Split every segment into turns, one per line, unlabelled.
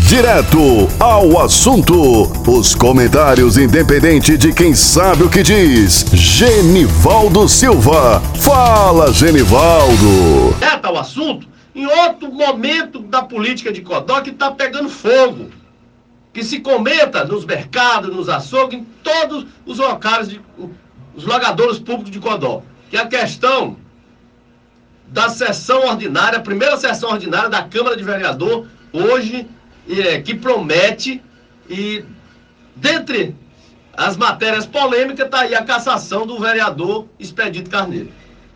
Direto ao assunto. Os comentários independentes de quem sabe o que diz. Genivaldo Silva. Fala, Genivaldo.
Direto ao assunto, em outro momento da política de Codó que está pegando fogo. Que se comenta nos mercados, nos açougues, em todos os locais, os logadouros públicos de Codó. Que é a questão da sessão ordinária, a primeira sessão ordinária da Câmara de Vereador, hoje, que promete, e dentre as matérias polêmicas está aí a cassação do vereador Expedito Carneiro.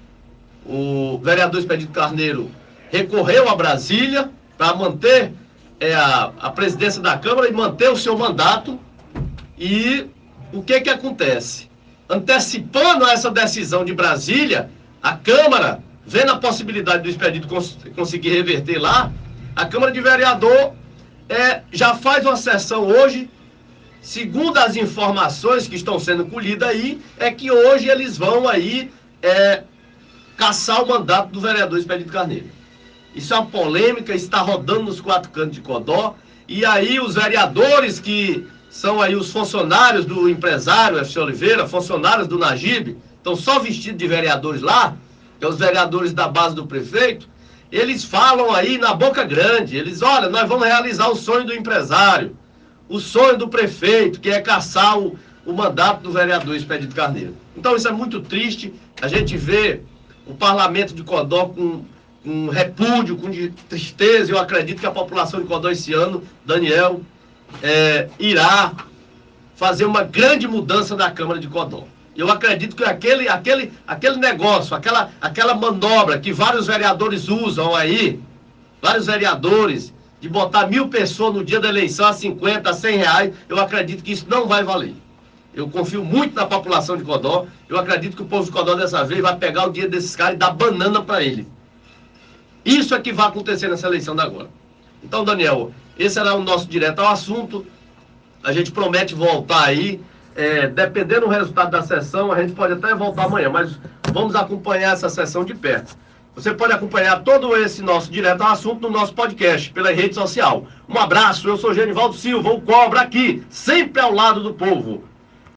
O vereador Expedito Carneiro recorreu a Brasília para manter a presidência da Câmara e manter o seu mandato. E o que acontece? Antecipando essa decisão de Brasília, a Câmara, vendo a possibilidade do Expedito conseguir reverter lá, a Câmara de Vereador já faz uma sessão hoje. Segundo as informações que estão sendo colhidas aí, é que hoje eles vão aí cassar o mandato do vereador Expedito Carneiro. Isso é uma polêmica, está rodando nos quatro cantos de Codó, e aí os vereadores que são aí os funcionários do empresário FC Oliveira, funcionários do Najib, estão só vestidos de vereadores lá, que é os vereadores da base do prefeito, eles falam aí na boca grande, eles, olha, nós vamos realizar o sonho do empresário, o sonho do prefeito, que é cassar o mandato do vereador Expedito Carneiro. Então isso é muito triste, a gente vê o parlamento de Codó com repúdio, com tristeza. Eu acredito que a população de Codó esse ano, Daniel, irá fazer uma grande mudança na Câmara de Codó. Eu acredito que aquele negócio, aquela manobra que vários vereadores usam aí, vários vereadores, de botar 1.000 pessoas no dia da eleição a 50, a 100 reais, eu acredito que isso não vai valer. Eu confio muito na população de Codó, eu acredito que o povo de Codó dessa vez vai pegar o dinheiro desses caras e dar banana para ele. Isso é que vai acontecer nessa eleição da agora. Então, Daniel, esse era o nosso direto ao assunto. A gente promete voltar aí. Dependendo do resultado da sessão, a gente pode até voltar amanhã, mas vamos acompanhar essa sessão de perto. Você pode acompanhar todo esse nosso direto ao assunto no nosso podcast, pela rede social. Um abraço, eu sou Genivaldo Silva, o Cobra aqui, sempre ao lado do povo.